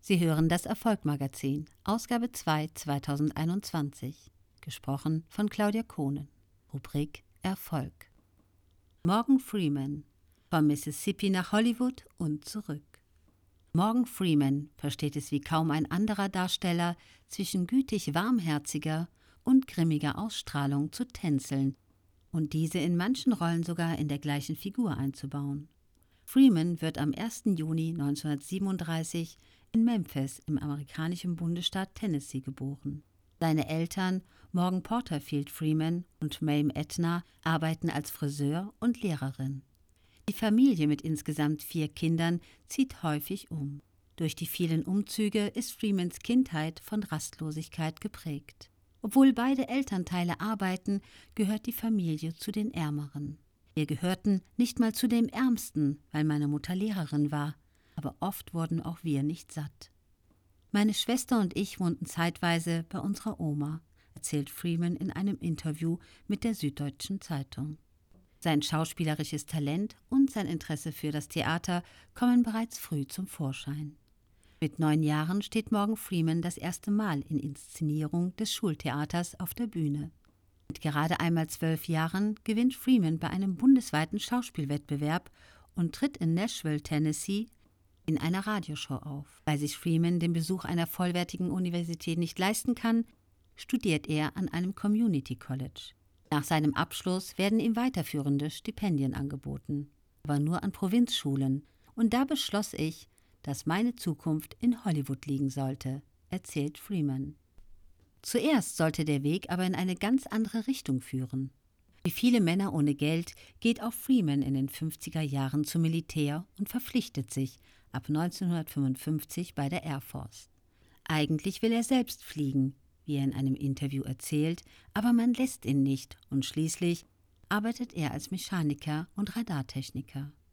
Sie hören das Erfolg-Magazin, Ausgabe 2, 2021. Gesprochen von Claudia Kohnen. Rubrik Erfolg. Morgan Freeman. Von Mississippi nach Hollywood und zurück. Morgan Freeman versteht es wie kaum ein anderer Darsteller, zwischen gütig warmherziger und grimmiger Ausstrahlung zu tänzeln und diese in manchen Rollen sogar in der gleichen Figur einzubauen. Freeman wird am 1. Juni 1937 in Memphis im amerikanischen Bundesstaat Tennessee geboren. Seine Eltern, Morgan Porterfield Freeman und Mame Edna, arbeiten als Friseur und Lehrerin. Die Familie mit insgesamt 4 Kindern zieht häufig um. Durch die vielen Umzüge ist Freemans Kindheit von Rastlosigkeit geprägt. Obwohl beide Elternteile arbeiten, gehört die Familie zu den Ärmeren. Wir gehörten nicht mal zu dem Ärmsten, weil meine Mutter Lehrerin war, aber oft wurden auch wir nicht satt. Meine Schwester und ich wohnten zeitweise bei unserer Oma, erzählt Freeman in einem Interview mit der Süddeutschen Zeitung. Sein schauspielerisches Talent und sein Interesse für das Theater kommen bereits früh zum Vorschein. Mit 9 Jahren steht Morgan Freeman das erste Mal in Inszenierung des Schultheaters auf der Bühne. Mit gerade einmal 12 Jahren gewinnt Freeman bei einem bundesweiten Schauspielwettbewerb und tritt in Nashville, Tennessee, in einer Radioshow auf. Weil sich Freeman den Besuch einer vollwertigen Universität nicht leisten kann, studiert er an einem Community College. Nach seinem Abschluss werden ihm weiterführende Stipendien angeboten, aber nur an Provinzschulen. Und da beschloss ich, dass meine Zukunft in Hollywood liegen sollte, erzählt Freeman. Zuerst sollte der Weg aber in eine ganz andere Richtung führen. Wie viele Männer ohne Geld geht auch Freeman in den 50er Jahren zum Militär und verpflichtet sich ab 1955 bei der Air Force. Eigentlich will er selbst fliegen, wie er in einem Interview erzählt, aber man lässt ihn nicht und schließlich arbeitet er als Mechaniker und Radartechniker.